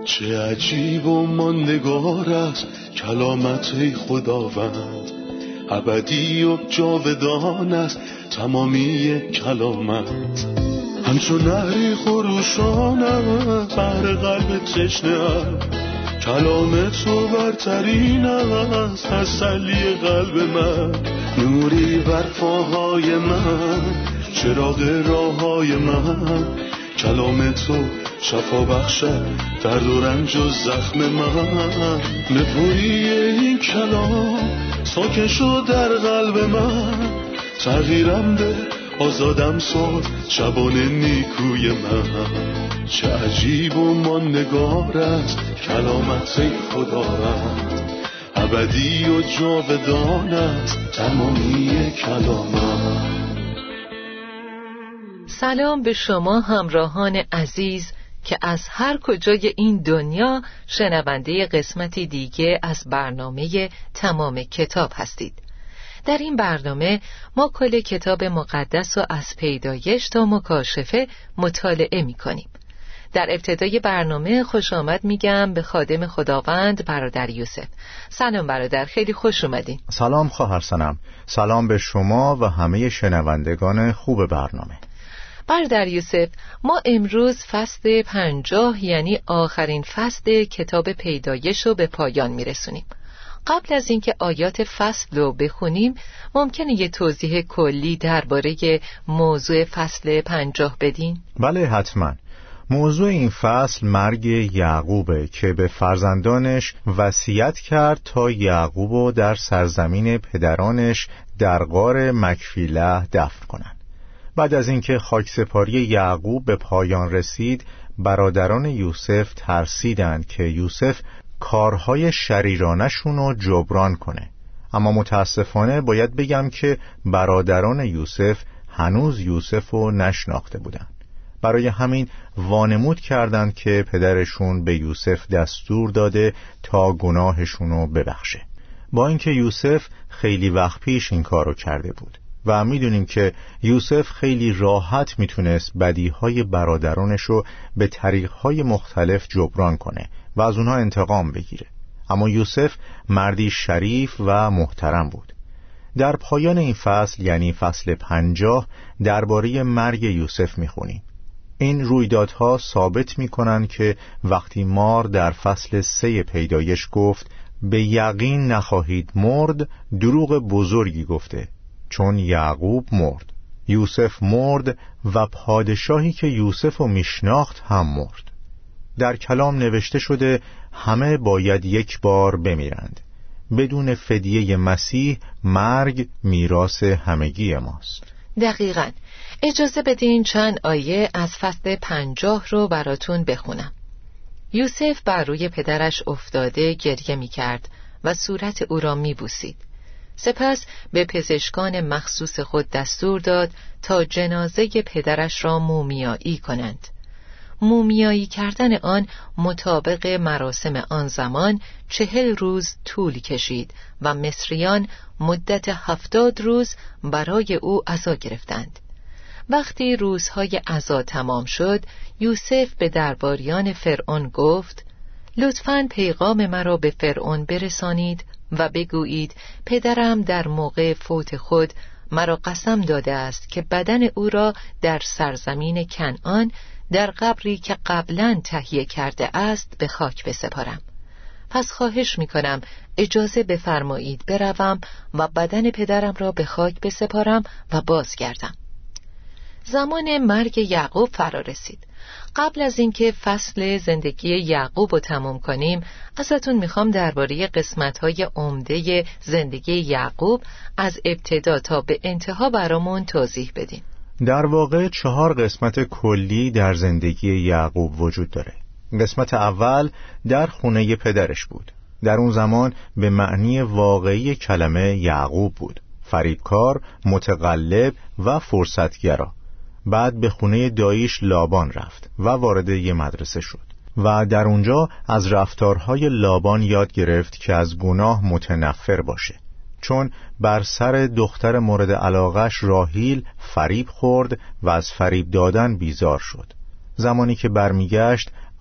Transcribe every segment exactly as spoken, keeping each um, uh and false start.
چه عجیب و ماندگار است کلامت ای خداوند، ابدی و جاودان است تمامی کلامت. همچون نهری خروشانم بر قلب تشنه‌ام، کلام تو برترین است تسلی قلب من. نوری بر پاهای من، چراغ راههای من، کلام تو شفا بخشد درد و رنج و زخم من. نپویی این کلام ساکن شد در قلب من، تغییرم ده آزادم ساز شبان نیکوی من. چه عجیب و ماندگار است کلامت ای خداوند، ابدی و جاودان است تمامی کلامت. سلام به شما همراهان عزیز که از هر کجای این دنیا شنونده قسمتی دیگه از برنامه تمام کتاب هستید. در این برنامه ما کل کتاب مقدس رو از پیدایش تا مکاشفه مطالعه می کنیم. در ابتدای برنامه خوش آمد میگم به خادم خداوند برادر یوسف. سلام برادر، خیلی خوش اومدین. سلام خواهر سنم، سلام به شما و همه شنوندگان خوب برنامه. برادر یوسف، ما امروز فصل پنجاه یعنی آخرین فصل کتاب پیدایش رو به پایان میرسونیم. قبل از اینکه آیات فصل رو بخونیم ممکنه یه توضیح کلی درباره موضوع فصل پنجاه بدین؟ بله حتما. موضوع این فصل مرگ یعقوبه که به فرزندانش وصیت کرد تا یعقوبو در سرزمین پدرانش در غار مکفیله دفن کنند. بعد از اینکه خاکسپاری یعقوب به پایان رسید، برادران یوسف ترسیدند که یوسف کارهای شریرانشون رو جبران کنه. اما متاسفانه باید بگم که برادران یوسف هنوز یوسف رو نشناخته بودند. برای همین وانمود کردند که پدرشون به یوسف دستور داده تا گناهشون رو ببخشه، با اینکه یوسف خیلی وقت پیش این کارو کرده بود و میدونیم که یوسف خیلی راحت میتونست بدیهای برادرانش رو به طریقهای مختلف جبران کنه و از اونها انتقام بگیره. اما یوسف مردی شریف و محترم بود. در پایان این فصل یعنی فصل پنجاه درباره مرگ یوسف میخونیم. این رویدادها ثابت میکنن که وقتی مار در فصل سه پیدایش گفت به یقین نخواهید مرد، دروغ بزرگی گفته، چون یعقوب مرد، یوسف مرد و پادشاهی که یوسف رو میشناخت هم مرد. در کلام نوشته شده همه باید یک بار بمیرند. بدون فدیه مسیح مرگ میراث همگی ماست. دقیقاً. اجازه بدین چند آیه از فصل پنجاه رو براتون بخونم. یوسف بر روی پدرش افتاده گریه می کرد و صورت او را می بوسید. سپس به پزشکان مخصوص خود دستور داد تا جنازه پدرش را مومیایی کنند. مومیایی کردن آن مطابق مراسم آن زمان چهل روز طول کشید و مصریان مدت هفتاد روز برای او عزا گرفتند. وقتی روزهای عزا تمام شد، یوسف به درباریان فرعون گفت: لطفاً پیغام مرا به فرعون برسانید و بگویید پدرم در موقع فوت خود مرا قسم داده است که بدن او را در سرزمین کنعان در قبری که قبلاً تهیه کرده است به خاک بسپارم. پس خواهش می‌کنم اجازه بفرمایید بروم و بدن پدرم را به خاک بسپارم و بازگردم. زمان مرگ یعقوب فرا رسید. قبل از اینکه فصل زندگی یعقوب رو تموم کنیم، ازتون میخوام درباره قسمت‌های عمده زندگی یعقوب از ابتدا تا به انتها برامون توضیح بدین. در واقع چهار قسمت کلی در زندگی یعقوب وجود داره. قسمت اول در خونه پدرش بود. در اون زمان به معنی واقعی کلمه یعقوب بود، فریبکار، متغلب و فرصتگرا. بعد به خونه داییش لابان رفت و وارد یه مدرسه شد و در اونجا از رفتارهای لابان یاد گرفت که از گناه متنفر باشه، چون بر سر دختر مورد علاقش راهیل فریب خورد و از فریب دادن بیزار شد. زمانی که برمیگشت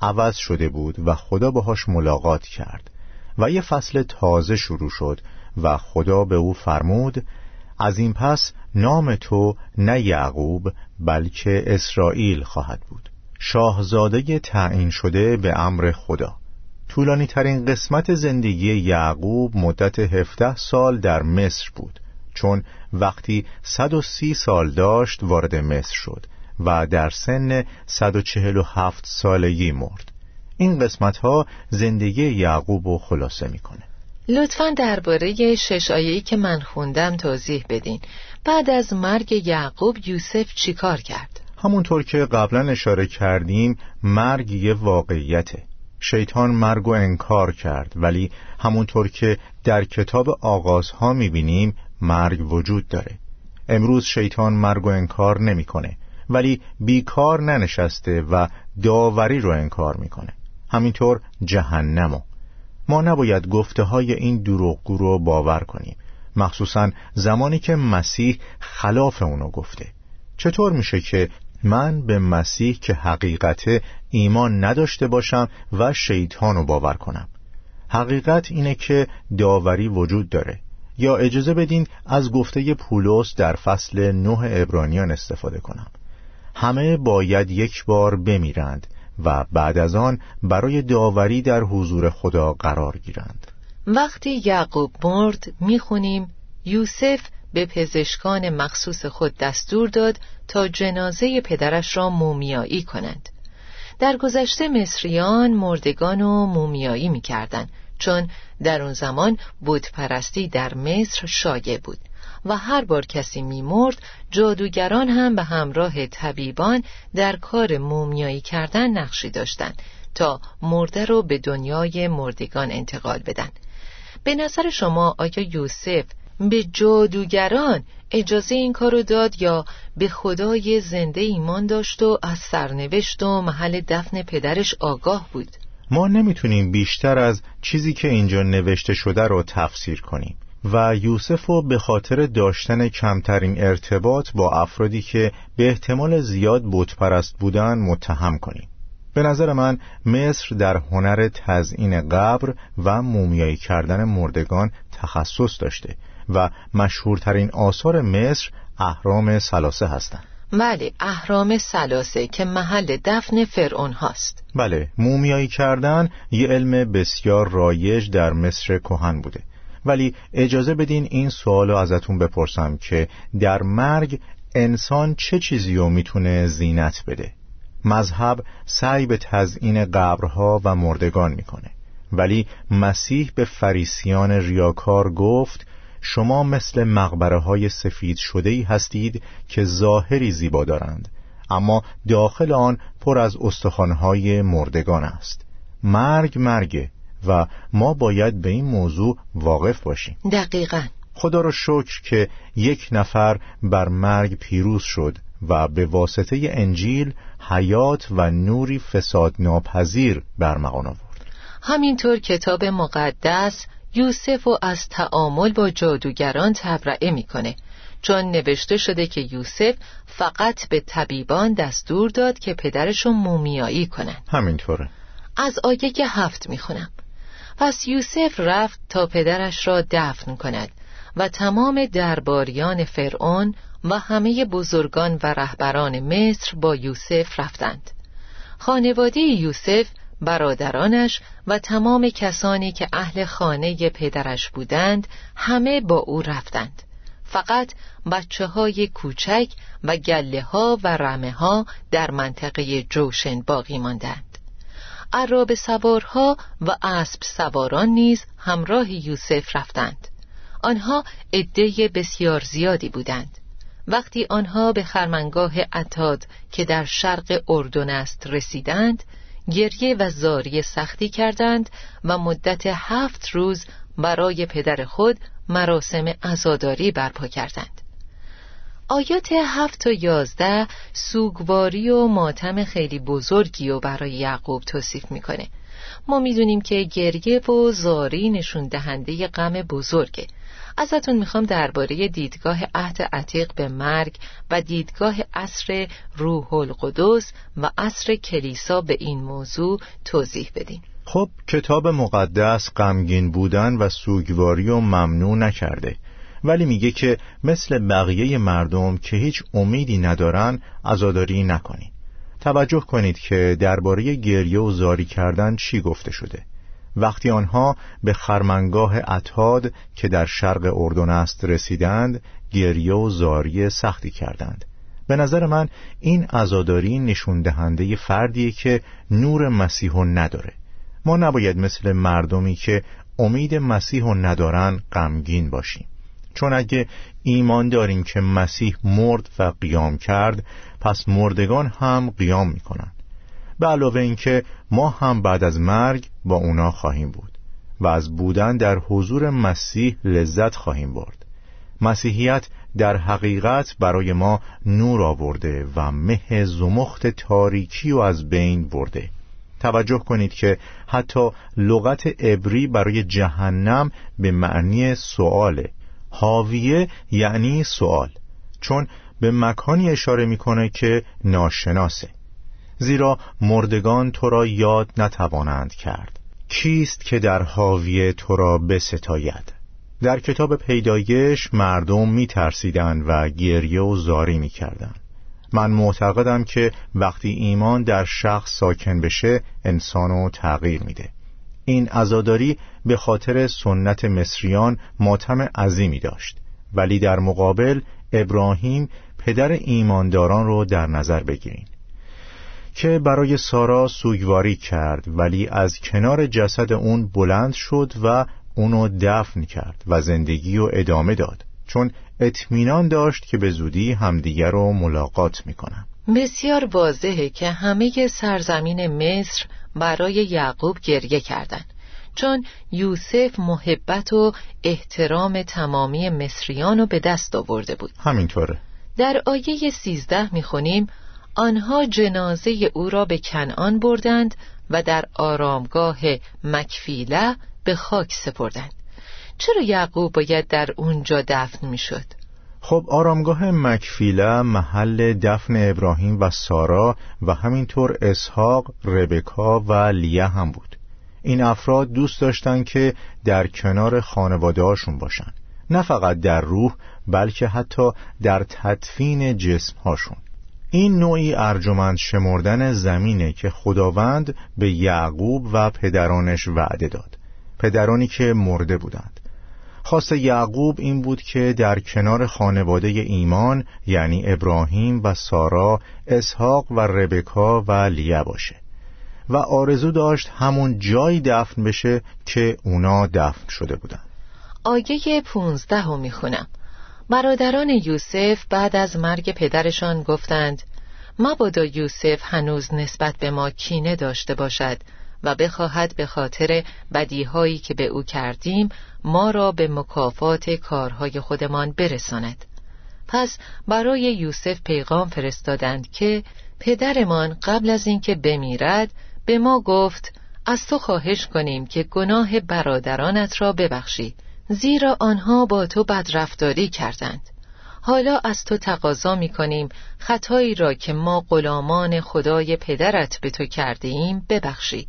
عوض شده بود و خدا باهاش ملاقات کرد و یه فصل تازه شروع شد و خدا به او فرمود از این پس نام تو نه یعقوب بلکه اسرائیل خواهد بود، شاهزاده تعیین شده به امر خدا. طولانی ترین قسمت زندگی یعقوب مدت هفده سال در مصر بود، چون وقتی صد و سی سال داشت وارد مصر شد و در سن صد و چهل و هفت سالگی مرد. این قسمت ها زندگی یعقوب رو خلاصه میکنه. لطفاً درباره شش آیه‌ای که من خوندم توضیح بدین. بعد از مرگ یعقوب یوسف چیکار کرد؟ همونطور که قبلا اشاره کردیم مرگ یه واقعیته. شیطان مرگ رو انکار کرد، ولی همونطور که در کتاب آغازها میبینیم مرگ وجود داره. امروز شیطان مرگ رو انکار نمیکنه، ولی بیکار ننشسته و داوری رو انکار میکنه. همینطور جهنمو. ما نباید گفته های این دروغگو رو باور کنیم، مخصوصا زمانی که مسیح خلاف اونو گفته. چطور میشه که من به مسیح که حقیقته ایمان نداشته باشم و شیطانو باور کنم؟ حقیقت اینه که داوری وجود داره. یا اجازه بدین از گفته پولس در فصل نه عبرانیان استفاده کنم. همه باید یک بار بمیرند و بعد از آن برای داوری در حضور خدا قرار گیرند. وقتی یعقوب مرد میخونیم یوسف به پزشکان مخصوص خود دستور داد تا جنازه پدرش را مومیایی کنند. در گذشته مصریان مردگان رو مومیایی میکردند، چون در اون زمان بت پرستی در مصر شایع بود و هر بار کسی میمرد جادوگران هم به همراه طبیبان در کار مومیایی کردن نقشی داشتند تا مرده رو به دنیای مردگان انتقال بدن. به نظر شما آیا یوسف به جادوگران اجازه این کارو داد یا به خدای زنده ایمان داشت و از سرنوشت و محل دفن پدرش آگاه بود؟ ما نمیتونیم بیشتر از چیزی که اینجا نوشته شده رو تفسیر کنیم و یوسف رو به خاطر داشتن کمترین ارتباط با افرادی که به احتمال زیاد بت پرست بودن متهم کنیم. به نظر من مصر در هنر تزیین قبر و مومیایی کردن مردگان تخصص داشته و مشهورترین آثار مصر اهرام ثلاثه هستند. بله، اهرام ثلاثه که محل دفن فرعون هاست. بله، مومیایی کردن یه علم بسیار رایج در مصر کهن بوده. ولی اجازه بدین این سوالو ازتون بپرسم که در مرگ انسان چه چیزی رو میتونه زینت بده؟ مذهب سعی به تزیین قبرها و مردگان میکنه، ولی مسیح به فریسیان ریاکار گفت شما مثل مقبره های سفید شده‌ای هستید که ظاهری زیبا دارند، اما داخل آن پر از استخوان‌های مردگان است. مرگ مرگه و ما باید به این موضوع واقف باشیم. دقیقاً. خدا را شکر که یک نفر بر مرگ پیروز شد و به واسطه انجیل حیات و نوری فساد ناپذیر برمغان آورد. همینطور کتاب مقدس یوسف رو از تعامل با جادوگران تبرئه میکنه، چون نوشته شده که یوسف فقط به طبیبان دستور داد که پدرشو مومیایی کنن. همینطوره. از آیه هفت میخونم. پس یوسف رفت تا پدرش را دفن کند و تمام درباریان فرعون و همه بزرگان و رهبران مصر با یوسف رفتند. خانواده یوسف، برادرانش و تمام کسانی که اهل خانه پدرش بودند همه با او رفتند. فقط بچه های کوچک و گله ها و رمه ها در منطقه جوشن باقی ماندند. عرابه سوارها و اسب سواران نیز همراه یوسف رفتند. آنها عده بسیار زیادی بودند. وقتی آنها به خرمنگاه عتاد که در شرق اردن است رسیدند، گریه و زاری سختی کردند و مدت هفت روز برای پدر خود مراسم عزاداری برپا کردند. آیات هفت تا یازده سوگواری و ماتم خیلی بزرگی رو برای یعقوب توصیف میکنه. ما میدونیم که گریه و زاری نشون دهنده غم بزرگه، ازتون میخوام درباره دیدگاه عهد عتیق به مرگ و دیدگاه عصر روح القدس و عصر کلیسا به این موضوع توضیح بدین. خب کتاب مقدس غمگین بودن و سوگواری رو ممنوع نکرده، ولی میگه که مثل بقیه مردم که هیچ امیدی ندارن عزاداری نکنین. توجه کنید که درباره گریه و زاری کردن چی گفته شده. وقتی آنها به خرمنگاه عتاد که در شرق اردن است رسیدند، گریه و زاری سختی کردند. به نظر من این عزاداری نشون دهنده فردیه که نور مسیحو نداره. ما نباید مثل مردمی که امید مسیحو ندارن غمگین باشیم، چون اگه ایمان داریم که مسیح مرد و قیام کرد، پس مردگان هم قیام میکنن. به علاوه این که ما هم بعد از مرگ با اونا خواهیم بود و از بودن در حضور مسیح لذت خواهیم برد. مسیحیت در حقیقت برای ما نور آورده و مه زمخت تاریکی رو از بین برده. توجه کنید که حتی لغت عبری برای جهنم به معنی سؤاله. حاویه یعنی سؤال، چون به مکانی اشاره میکنه که ناشناسه. زیرا مردگان تو را یاد نتوانند کرد، کیست که در حاویه تو را بستاید؟ در کتاب پیدایش مردم میترسیدند و گریه و زاری میکردند. من معتقدم که وقتی ایمان در شخص ساکن بشه، انسانو تغییر میده. این عزاداری به خاطر سنت مصریان ماتم عظیمی داشت، ولی در مقابل ابراهیم پدر ایمانداران رو در نظر بگیرین که برای سارا سوگواری کرد، ولی از کنار جسد اون بلند شد و اونو دفن کرد و زندگی رو ادامه داد، چون اطمینان داشت که به زودی همدیگر رو ملاقات میکنن. بسیار واضحه که همه سرزمین مصر برای یعقوب گریه کردند، چون یوسف محبت و احترام تمامی مصریان رو به دست آورده بود. همینطوره. در آیه سیزده میخونیم آنها جنازه او را به کنعان بردند و در آرامگاه مکفیله به خاک سپردند. چرا یعقوب باید در اونجا دفن میشد؟ خب آرامگاه مکفیله محل دفن ابراهیم و سارا و همینطور اسحاق، ربکا و لیا هم بود. این افراد دوست داشتن که در کنار خانواده هاشون باشن، نه فقط در روح بلکه حتی در تدفین جسم هاشون. این نوعی ارجمند شمردن زمینه که خداوند به یعقوب و پدرانش وعده داد، پدرانی که مرده بودند. خواست یعقوب این بود که در کنار خانواده ایمان یعنی ابراهیم و سارا، اسحاق و ربکا و لیا باشه و آرزو داشت همون جایی دفن بشه که اونا دفن شده بودن. آیه پونزده رو میخونم. برادران یوسف بعد از مرگ پدرشان گفتند مبادا یوسف هنوز نسبت به ما کینه داشته باشد و بخواهد به خاطر بدیهایی که به او کردیم ما را به مکافات کارهای خودمان برساند. پس برای یوسف پیغام فرستادند که پدرمان قبل از اینکه بمیرد به ما گفت از تو خواهش کنیم که گناه برادرانت را ببخشی، زیرا آنها با تو بدرفتاری کردند. حالا از تو تقاضا می کنیم خطایی را که ما غلامان خدای پدرت به تو کرده ایم ببخشی.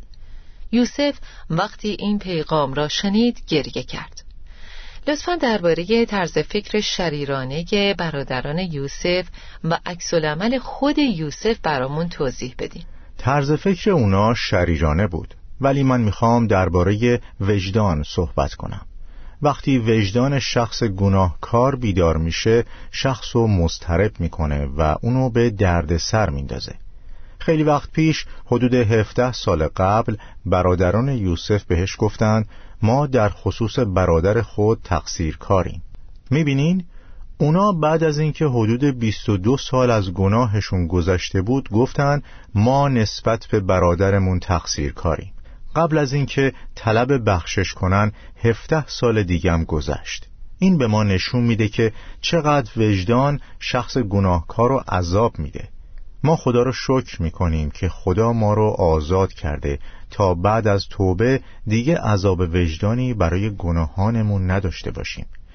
یوسف وقتی این پیغام را شنید گریه کرد. لطفاً درباره طرز فکر شریرانه برادران یوسف و عکس‌العمل خود یوسف برامون توضیح بدین. طرز فکر اونا شریرانه بود، ولی من میخوام درباره وجدان صحبت کنم. وقتی وجدان شخص گناهکار بیدار میشه، شخص رو مضطرب میکنه و اونو به دردسر میندازه. خیلی وقت پیش، حدود هفده سال قبل، برادران یوسف بهش گفتند ما در خصوص برادر خود تقصیر کاریم. میبینین؟ اونا بعد از اینکه حدود بیست و دو سال از گناهشون گذشته بود گفتن ما نسبت به برادرمون تقصیر کاریم. قبل از اینکه طلب بخشش کنن هفده سال دیگه هم گذشت. این به ما نشون میده که چقدر وجدان شخص گناهکار رو عذاب میده. ما خدا رو شکر میکنیم که خدا ما رو آزاد کرده تا بعد از توبه دیگه عذاب وجدانی برای گناهانمون نداشته باشیم.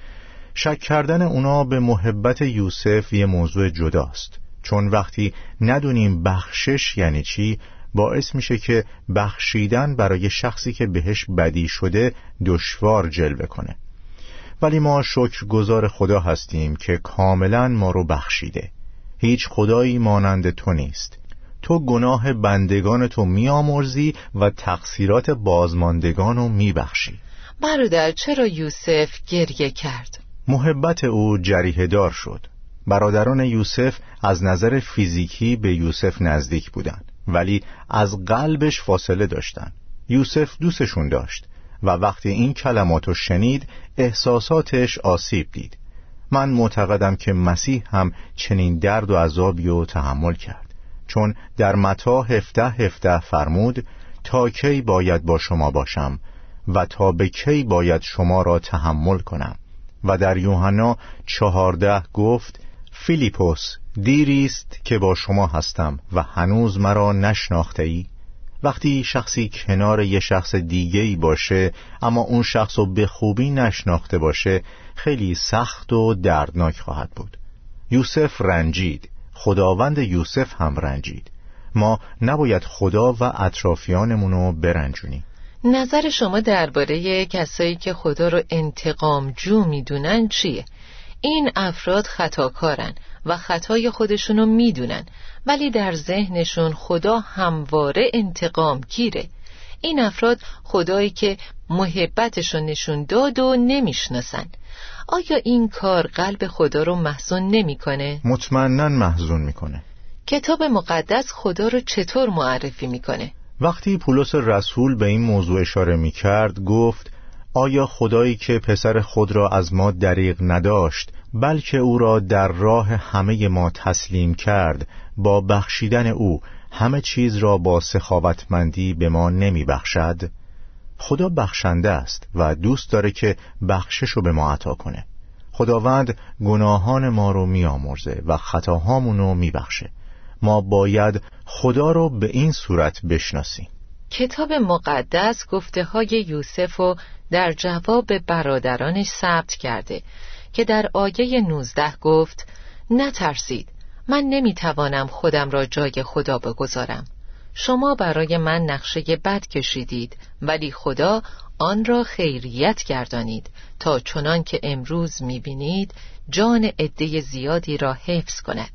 شک کردن اونا به محبت یوسف یه موضوع جداست، چون وقتی ندونیم بخشش یعنی چی، باعث میشه که بخشیدن برای شخصی که بهش بدی شده دشوار جلوه کنه. ولی ما شکرگزار خدا هستیم که کاملا ما رو بخشیده. هیچ خدایی مانند تو نیست. تو گناه بندگان تو میامرزی و تقصیرات بازماندگان رو میبخشی. برادر، چرا یوسف گریه کرد؟ محبت او جریحه دار شد. برادران یوسف از نظر فیزیکی به یوسف نزدیک بودند، ولی از قلبش فاصله داشتن. یوسف دوستشون داشت و وقتی این کلماتو شنید احساساتش آسیب دید. من معتقدم که مسیح هم چنین درد و عذابی رو تحمل کرد، چون در متی هفده هفده فرمود تا کی باید با شما باشم و تا به کی باید شما را تحمل کنم. و در یوحنا چهارده گفت فیلیپوس، دیریست که با شما هستم و هنوز مرا نشناخته ای؟ وقتی شخصی کنار یه شخص دیگه‌ای باشه اما اون شخص رو به خوبی نشناخته باشه، خیلی سخت و دردناک خواهد بود. یوسف رنجید، خداوند یوسف هم رنجید. ما نباید خدا و اطرافیانمون رو برنجونیم. نظر شما درباره کسایی که خدا رو انتقام جو میدونن چیه؟ این افراد خطاکارن و خطای خودشونو میدونن، ولی در ذهنشون خدا همواره انتقام گیره. این افراد خدایی که محبتشون نشون داد و نمیشناسن. آیا این کار قلب خدا رو محزون نمیکنه؟ مطمئناً محزون میکنه. کتاب مقدس خدا رو چطور معرفی میکنه؟ وقتی پولس رسول به این موضوع اشاره میکرد گفت آیا خدایی که پسر خود را از ما دریغ نداشت بلکه او را در راه همه ما تسلیم کرد، با بخشیدن او همه چیز را با سخاوتمندی به ما نمی بخشد؟ خدا بخشنده است و دوست داره که بخشش رو به ما عطا کنه. خداوند گناهان ما رو می آمرزه و خطاهامون رو می بخشه. ما باید خدا رو به این صورت بشناسیم. کتاب مقدس گفته های یوسف رو در جواب برادرانش ثبت کرده که در آیه نوزده گفت نترسید، من نمیتوانم خودم را جای خدا بگذارم. شما برای من نقشه بد کشیدید، ولی خدا آن را خیریت گردانید تا چنان که امروز میبینید جان عده زیادی را حفظ کند.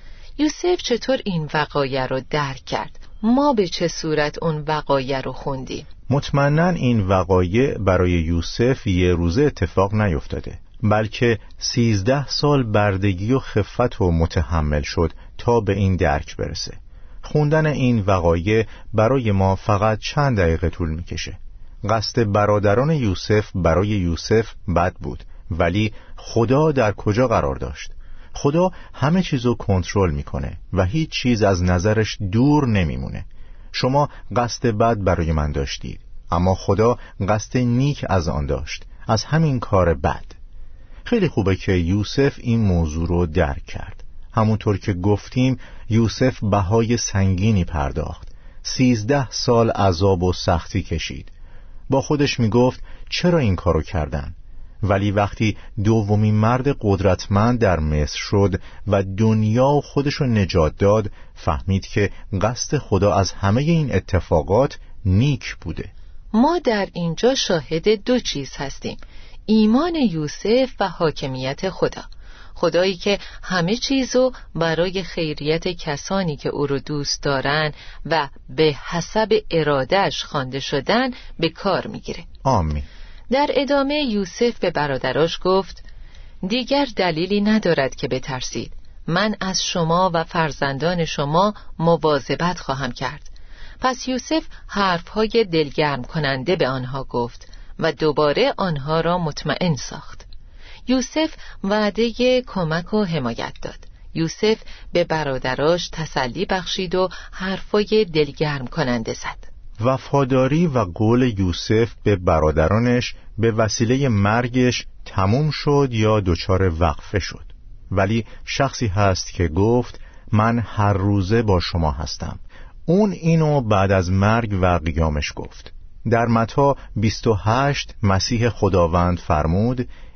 یوسف چطور این وقایع رو درک کرد؟ ما به چه صورت اون وقایع رو خوندیم؟ مطمئناً این وقایع برای یوسف یه روزه اتفاق نیفتاده، بلکه سیزده سال بردگی و خفت و متحمل شد تا به این درک برسه. خوندن این وقایع برای ما فقط چند دقیقه طول میکشه. قصد برادران یوسف برای یوسف بد بود، ولی خدا در کجا قرار داشت؟ خدا همه چیزو کنترل میکنه و هیچ چیز از نظرش دور نمیمونه. شما قصد بد برای من داشتید، اما خدا قصد نیک از آن داشت، از همین کار بد. خیلی خوبه که یوسف این موضوع رو درک کرد. همونطور که گفتیم یوسف بهای سنگینی پرداخت. سیزده سال عذاب و سختی کشید. با خودش میگفت چرا این کارو کردن؟ ولی وقتی دومین مرد قدرتمند در مصر شد و دنیا و خودشو نجات داد، فهمید که قصد خدا از همه این اتفاقات نیک بوده. ما در اینجا شاهد دو چیز هستیم: ایمان یوسف و حاکمیت خدا. خدایی که همه چیزو برای خیریت کسانی که او رو دوست دارن و به حسب ارادهش خوانده شدن به کار میگیره. آمین. در ادامه یوسف به برادراش گفت دیگر دلیلی ندارد که بترسید. من از شما و فرزندان شما مواظبت خواهم کرد. پس یوسف حرفهای دلگرم کننده به آنها گفت و دوباره آنها را مطمئن ساخت. یوسف وعده کمک و حمایت داد. یوسف به برادراش تسلی بخشید و حرفای دلگرم کننده زد. وفاداری و قول یوسف به برادرانش به وسیله مرگش تموم شد یا دچار وقفه شد. ولی شخصی هست که گفت من هر روزه با شما هستم. اون اینو بعد از مرگ و قیامش گفت. در متی بیست و هشت مسیح خداوند فرمود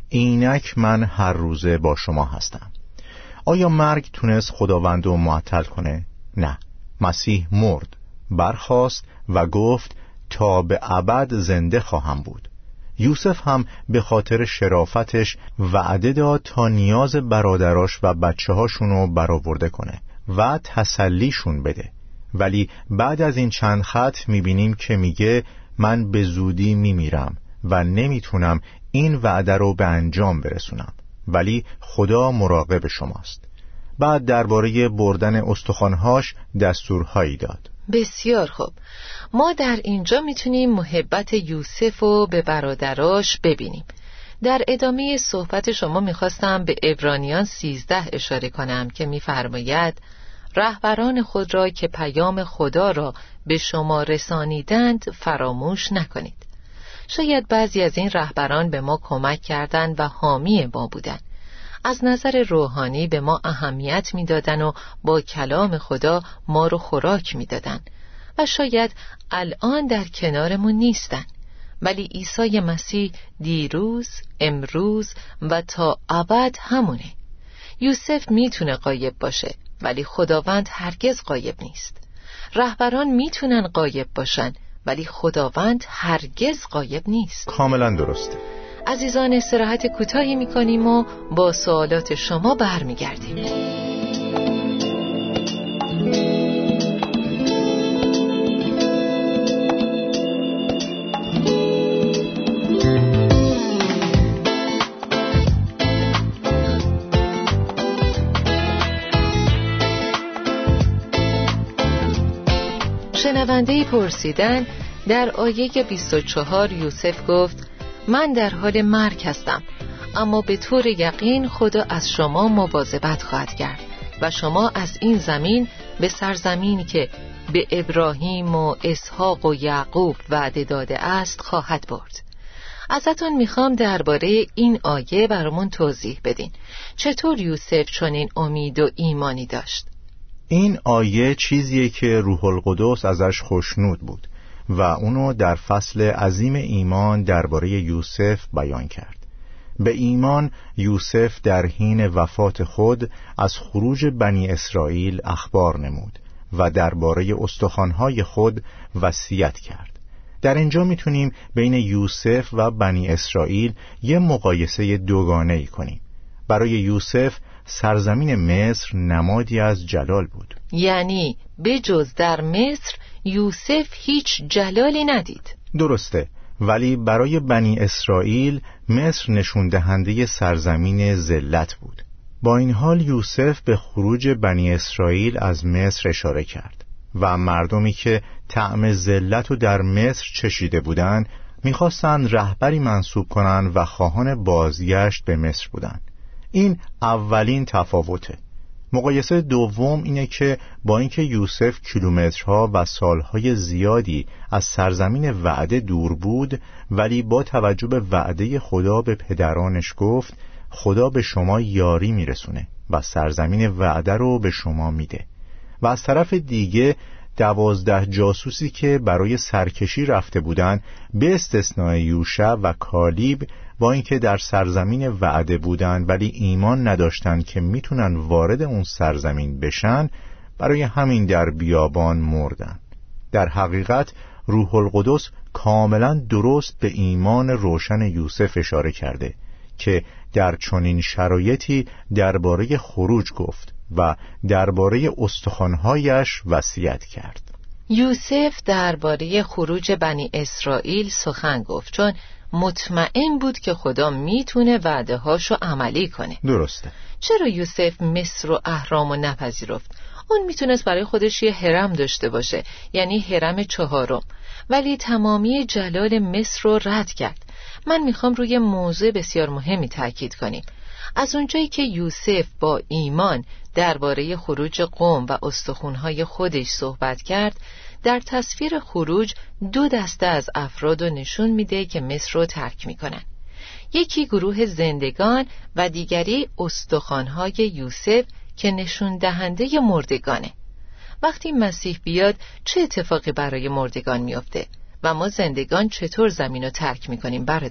اینک من هر روزه با شما هستم. آیا مرگ تونست خداوند رو معطل کنه؟ نه. مسیح مرد، برخاست و گفت تا به ابد زنده خواهم بود. یوسف هم به خاطر شرافتش وعده داد تا نیاز برادراش و بچه هاشونو برآورده کنه و تسلیشون بده. ولی بعد از این چند خط میبینیم که میگه من به زودی میمیرم و نمیتونم این وعده رو به انجام برسونم، ولی خدا مراقب شماست. بعد درباره بردن استخوان‌هاش دستورهایی داد. بسیار خوب. ما در اینجا میتونیم محبت یوسف رو به برادراش ببینیم. در ادامه صحبت شما میخواستم به عبرانیان سیزده اشاره کنم که میفرماید رهبران خود را که پیام خدا را به شما رسانیدند فراموش نکنید. شاید بعضی از این رهبران به ما کمک کردند و حامی ما بودند. از نظر روحانی به ما اهمیت میدادن و با کلام خدا ما رو خوراک میدادن و شاید الان در کنارمون نیستن، ولی عیسی مسیح دیروز، امروز و تا ابد همونه. یوسف میتونه غایب باشه، ولی خداوند هرگز غایب نیست. رهبران میتونن غایب باشن، ولی خداوند هرگز غایب نیست. کاملا درسته. عزیزان، استراحت کوتاهی میکنیم و با سوالات شما برمیگردیم. شنونده‌ای پرسیدن در آیه بیست و چهار یوسف گفت من در حال مرگ هستم، اما به طور یقین خدا از شما مواظبت خواهد کرد و شما از این زمین به سرزمینی که به ابراهیم و اسحاق و یعقوب وعده داده است خواهد برد. ازتون میخوام درباره این آیه برامون توضیح بدین. چطور یوسف چنین امید و ایمانی داشت؟ این آیه چیزیه که روح القدس ازش خوشنود بود و اونو در فصل عظیم ایمان درباره یوسف بیان کرد. به ایمان یوسف در حین وفات خود از خروج بنی اسرائیل اخبار نمود و درباره استخوان‌های خود وصیت کرد. در اینجا میتونیم بین یوسف و بنی اسرائیل یه مقایسه دوگانه‌ای کنیم. برای یوسف سرزمین مصر نمادی از جلال بود. یعنی به جز در مصر یوسف هیچ جلالی ندید. درسته، ولی برای بنی اسرائیل مصر نشون دهنده سرزمین ذلت بود. با این حال یوسف به خروج بنی اسرائیل از مصر اشاره کرد و مردمی که طعم ذلت رو در مصر چشیده بودند میخواستند رهبری منصوب کنند و خواهان بازگشت به مصر بودند. این اولین تفاوته. مقایسه دوم اینه که با اینکه یوسف کیلومترها و سالهای زیادی از سرزمین وعده دور بود، ولی با توجه به وعده خدا به پدرانش گفت خدا به شما یاری میرسونه و سرزمین وعده رو به شما میده. و از طرف دیگه دوازده جاسوسی که برای سرکشی رفته بودن به استثناء یوشع و کالیب، با اینکه در سرزمین وعده بودن ولی ایمان نداشتن که میتونن وارد اون سرزمین بشن، برای همین در بیابان مردن. در حقیقت روح القدس کاملا درست به ایمان روشن یوسف اشاره کرده که در چنین شرایطی درباره خروج گفت و درباره استخوان‌هایش وصیت کرد. یوسف درباره خروج بنی اسرائیل سخن گفت چون مطمئن بود که خدا میتونه وعده هاشو عملی کنه. درسته. چرا یوسف مصر و اهرامو نپذیرفت؟ اون میتونست برای خودش یه هرم داشته باشه، یعنی هرم چهارم، ولی تمامی جلال مصر رو رد کرد. من میخوام روی موضوع بسیار مهمی تاکید کنیم. از اونجایی که یوسف با ایمان درباره خروج قوم و استخوان‌های خودش صحبت کرد، در تصویر خروج دو دسته از افراد رو نشون میده که مصر رو ترک میکنن. یکی گروه زندگان و دیگری استخوان‌های یوسف که نشون دهنده مردگانه. وقتی مسیح بیاد چه اتفاقی برای مردگان میفته و ما زندگان چطور زمین رو ترک میکنیم برادر؟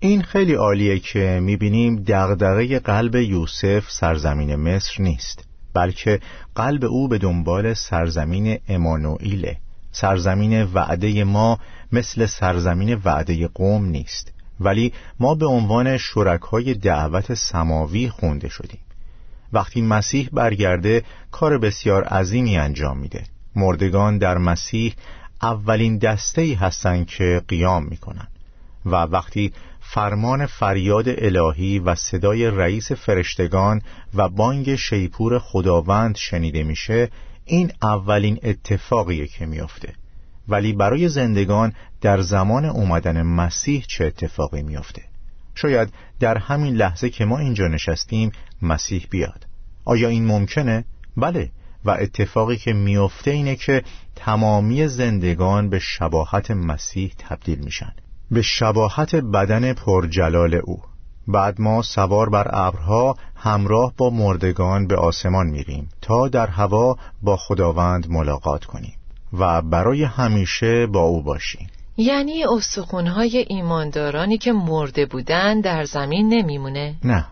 این خیلی عالیه که میبینیم دغدغه قلب یوسف سرزمین مصر نیست، بلکه قلب او به دنبال سرزمین امانوئیله. سرزمین وعده ما مثل سرزمین وعده قوم نیست، ولی ما به عنوان شرکای دعوت سماوی خونده شدیم. وقتی مسیح برگرده کار بسیار عظیمی انجام میده. مردگان در مسیح اولین دسته‌ای هستند که قیام میکنن و وقتی فرمان فریاد الهی و صدای رئیس فرشتگان و بانگ شیپور خداوند شنیده میشه، این اولین اتفاقیه که میفته. ولی برای زندگان در زمان اومدن مسیح چه اتفاقی میفته؟ شاید در همین لحظه که ما اینجا نشستیم مسیح بیاد. آیا این ممکنه؟ بله. و اتفاقی که میفته اینه که تمامی زندگان به شباهت مسیح تبدیل میشن، به شباهت بدن پرجلال او. بعد ما سوار بر ابرها همراه با مردگان به آسمان میریم تا در هوا با خداوند ملاقات کنیم و برای همیشه با او باشیم. یعنی استخوان‌های ایماندارانی که مرده بودن در زمین نمیمونه؟ نه،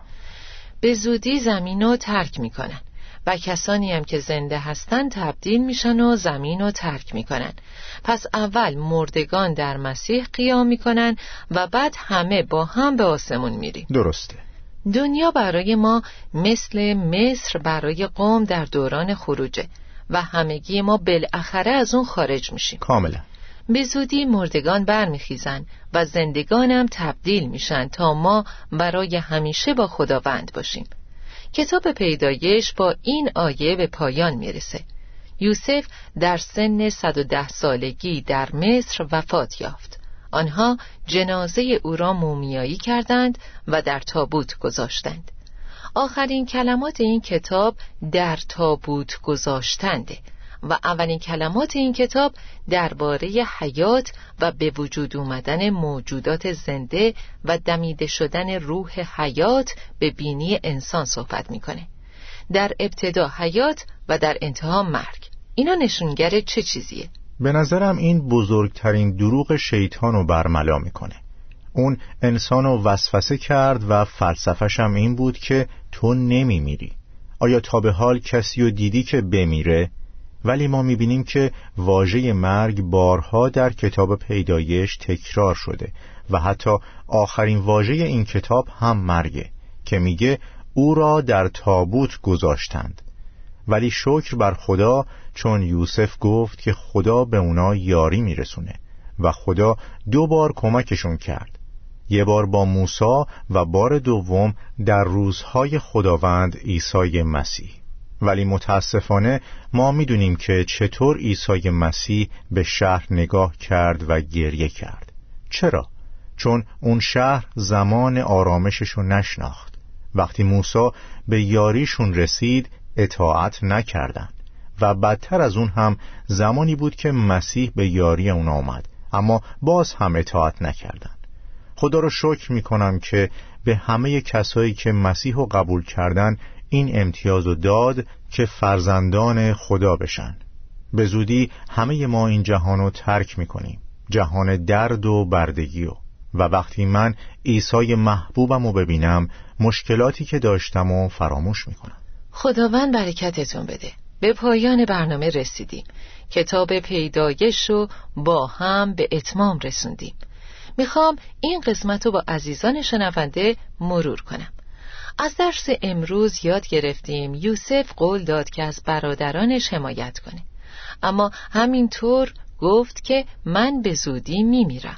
به زودی زمین رو ترک میکنن و کسانی هم که زنده هستن تبدیل میشن و زمین رو ترک میکنن. پس اول مردگان در مسیح قیام میکنن و بعد همه با هم به آسمون میریم. درسته. دنیا برای ما مثل مصر برای قوم در دوران خروجه و همگی ما بالاخره از اون خارج میشیم. کاملا. به زودی مردگان برمیخیزن و زندگانم تبدیل میشن تا ما برای همیشه با خداوند باشیم. کتاب پیدایش با این آیه به پایان میرسه. یوسف در سن صد و ده سالگی در مصر وفات یافت. آنها جنازه او را مومیایی کردند و در تابوت گذاشتند. آخرین کلمات این کتاب در تابوت گذاشتنده و اولین کلمات این کتاب درباره حیات و به وجود اومدن موجودات زنده و دمیده شدن روح حیات به بینی انسان صحبت میکنه. در ابتدا حیات و در انتها مرگ. اینا نشونگر چه چیزیه؟ به نظرم این بزرگترین دروغ شیطان رو برملا میکنه. اون انسان رو وسوسه کرد و فلسفه‌ش هم این بود که تو نمیمیری. آیا تا به حال کسی رو دیدی که بمیره؟ ولی ما میبینیم که واژه مرگ بارها در کتاب پیدایش تکرار شده و حتی آخرین واژه این کتاب هم مرگه که میگه او را در تابوت گذاشتند. ولی شکر بر خدا، چون یوسف گفت که خدا به اونا یاری میرسونه و خدا دو بار کمکشون کرد، یه بار با موسی و بار دوم در روزهای خداوند عیسی مسیح. ولی متاسفانه ما میدونیم که چطور عیسی مسیح به شهر نگاه کرد و گریه کرد. چرا؟ چون اون شهر زمان آرامششو نشناخت. وقتی موسی به یاریشون رسید اطاعت نکردند و بدتر از اون هم زمانی بود که مسیح به یاری اون آمد اما باز هم اطاعت نکردند. خدا رو شکر میکنم که به همه کسایی که مسیح رو قبول کردن این امتیاز رو داد که فرزندان خدا بشن. به زودی همه ما این جهان رو ترک میکنیم، جهان درد و بردگی رو. و وقتی من عیسی محبوبم رو ببینم مشکلاتی که داشتم رو فراموش میکنم. خداوند برکتتون بده. به پایان برنامه رسیدیم. کتاب پیدایش رو با هم به اتمام رسوندیم. میخوام این قسمت رو با عزیزان شنونده مرور کنم. از درس امروز یاد گرفتیم یوسف قول داد که از برادرانش حمایت کنه، اما همینطور گفت که من به زودی میمیرم.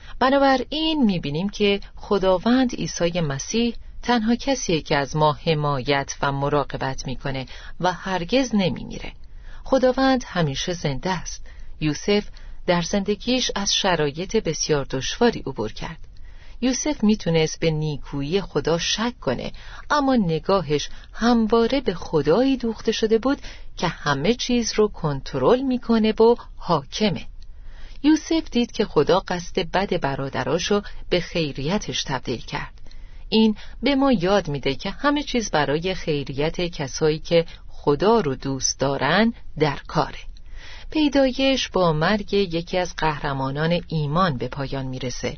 بنابراین میبینیم که خداوند عیسی مسیح تنها کسیه که از ما حمایت و مراقبت میکنه و هرگز نمیمیره. خداوند همیشه زنده است. یوسف در زندگیش از شرایط بسیار دشواری عبور کرد. یوسف میتونست به نیکویی خدا شک کنه، اما نگاهش همواره به خدایی دوخته شده بود که همه چیز رو کنترل میکنه و حاکمه. یوسف دید که خدا قصد بد برادراشو به خیریتش تبدیل کرد. این به ما یاد میده که همه چیز برای خیریت کسایی که خدا رو دوست دارن در کاره. پیدایش با مرگ یکی از قهرمانان ایمان به پایان میرسه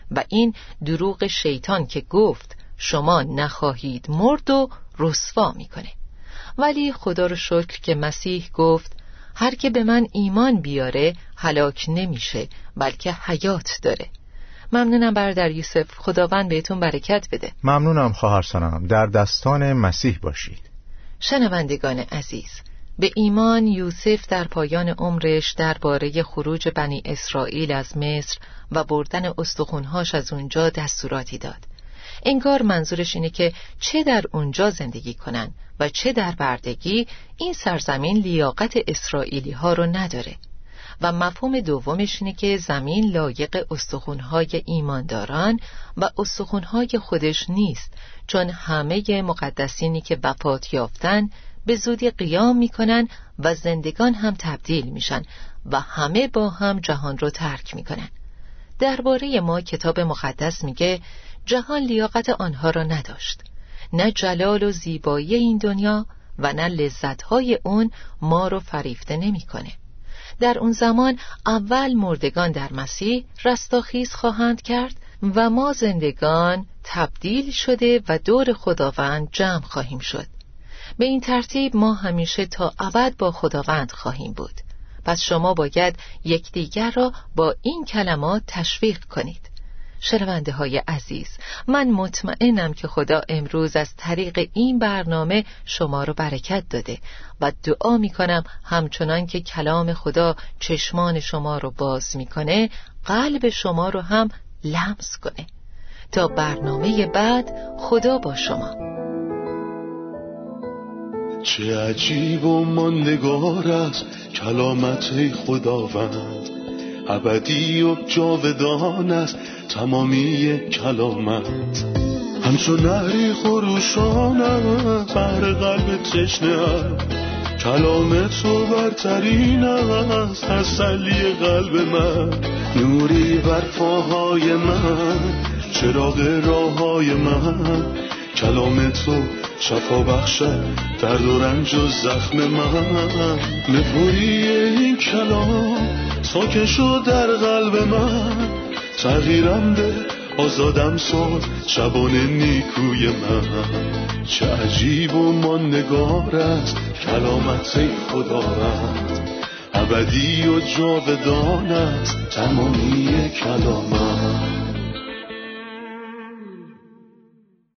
و این دروغ شیطان که گفت شما نخواهید مرد و رسوا میکنه. ولی خدا رو شکر که مسیح گفت هر که به من ایمان بیاره هلاک نمیشه بلکه حیات داره. ممنونم برادر یوسف، خداوند بهتون برکت بده. ممنونم خواهر سنم، در دستان مسیح باشید. شنوندگان عزیز، به ایمان یوسف در پایان عمرش درباره خروج بنی اسرائیل از مصر و بردن استخوان‌هاش از اونجا دستوراتی داد. انگار منظورش اینه که چه در اونجا زندگی کنن و چه در بردگی، این سرزمین لیاقت اسرائیلی ها رو نداره. و مفهوم دومش اینه که زمین لایق استخوان‌های ایمانداران و استخوان‌های خودش نیست، چون همه مقدسینی که وفات یافتن به زودی قیام میکنن و زندگان هم تبدیل میشن و همه با هم جهان رو ترک میکنن. درباره ما کتاب مقدس میگه جهان لیاقت آنها را نداشت. نه جلال و زیبایی این دنیا و نه لذت‌های اون ما رو فریفته نمیکنه. در اون زمان اول مردگان در مسیح رستاخیز خواهند کرد و ما زندگان تبدیل شده و دور خداوند جمع خواهیم شد. به این ترتیب ما همیشه تا ابد با خداوند خواهیم بود. پس شما باید یکدیگر را با این کلمات تشویق کنید. شنونده های عزیز، من مطمئنم که خدا امروز از طریق این برنامه شما رو برکت داده و دعا میکنم همچنان که کلام خدا چشمان شما رو باز میکنه، قلب شما رو هم لمس کنه. تا برنامه بعد، خدا با شما. چه عجیب و ماندگار است کلامت خداوند، ابدی و جاودان است تمامی کلامت. همچون نهری خروشان است بر قلب تشنه است، کلام تو برترین است تسلی قلب من. نوری بر پاهای من، چراغ راههای من، کلام تو شفا بخشد درد و رنج و زخم من. نپوری این کلام ساکن شد در قلب من، تغییرم ده آزادم ساز شبان نیکوی من. چه عجیب و ماندگار است کلامت خداوند، ابدی و جاودان است تمامی کلامت.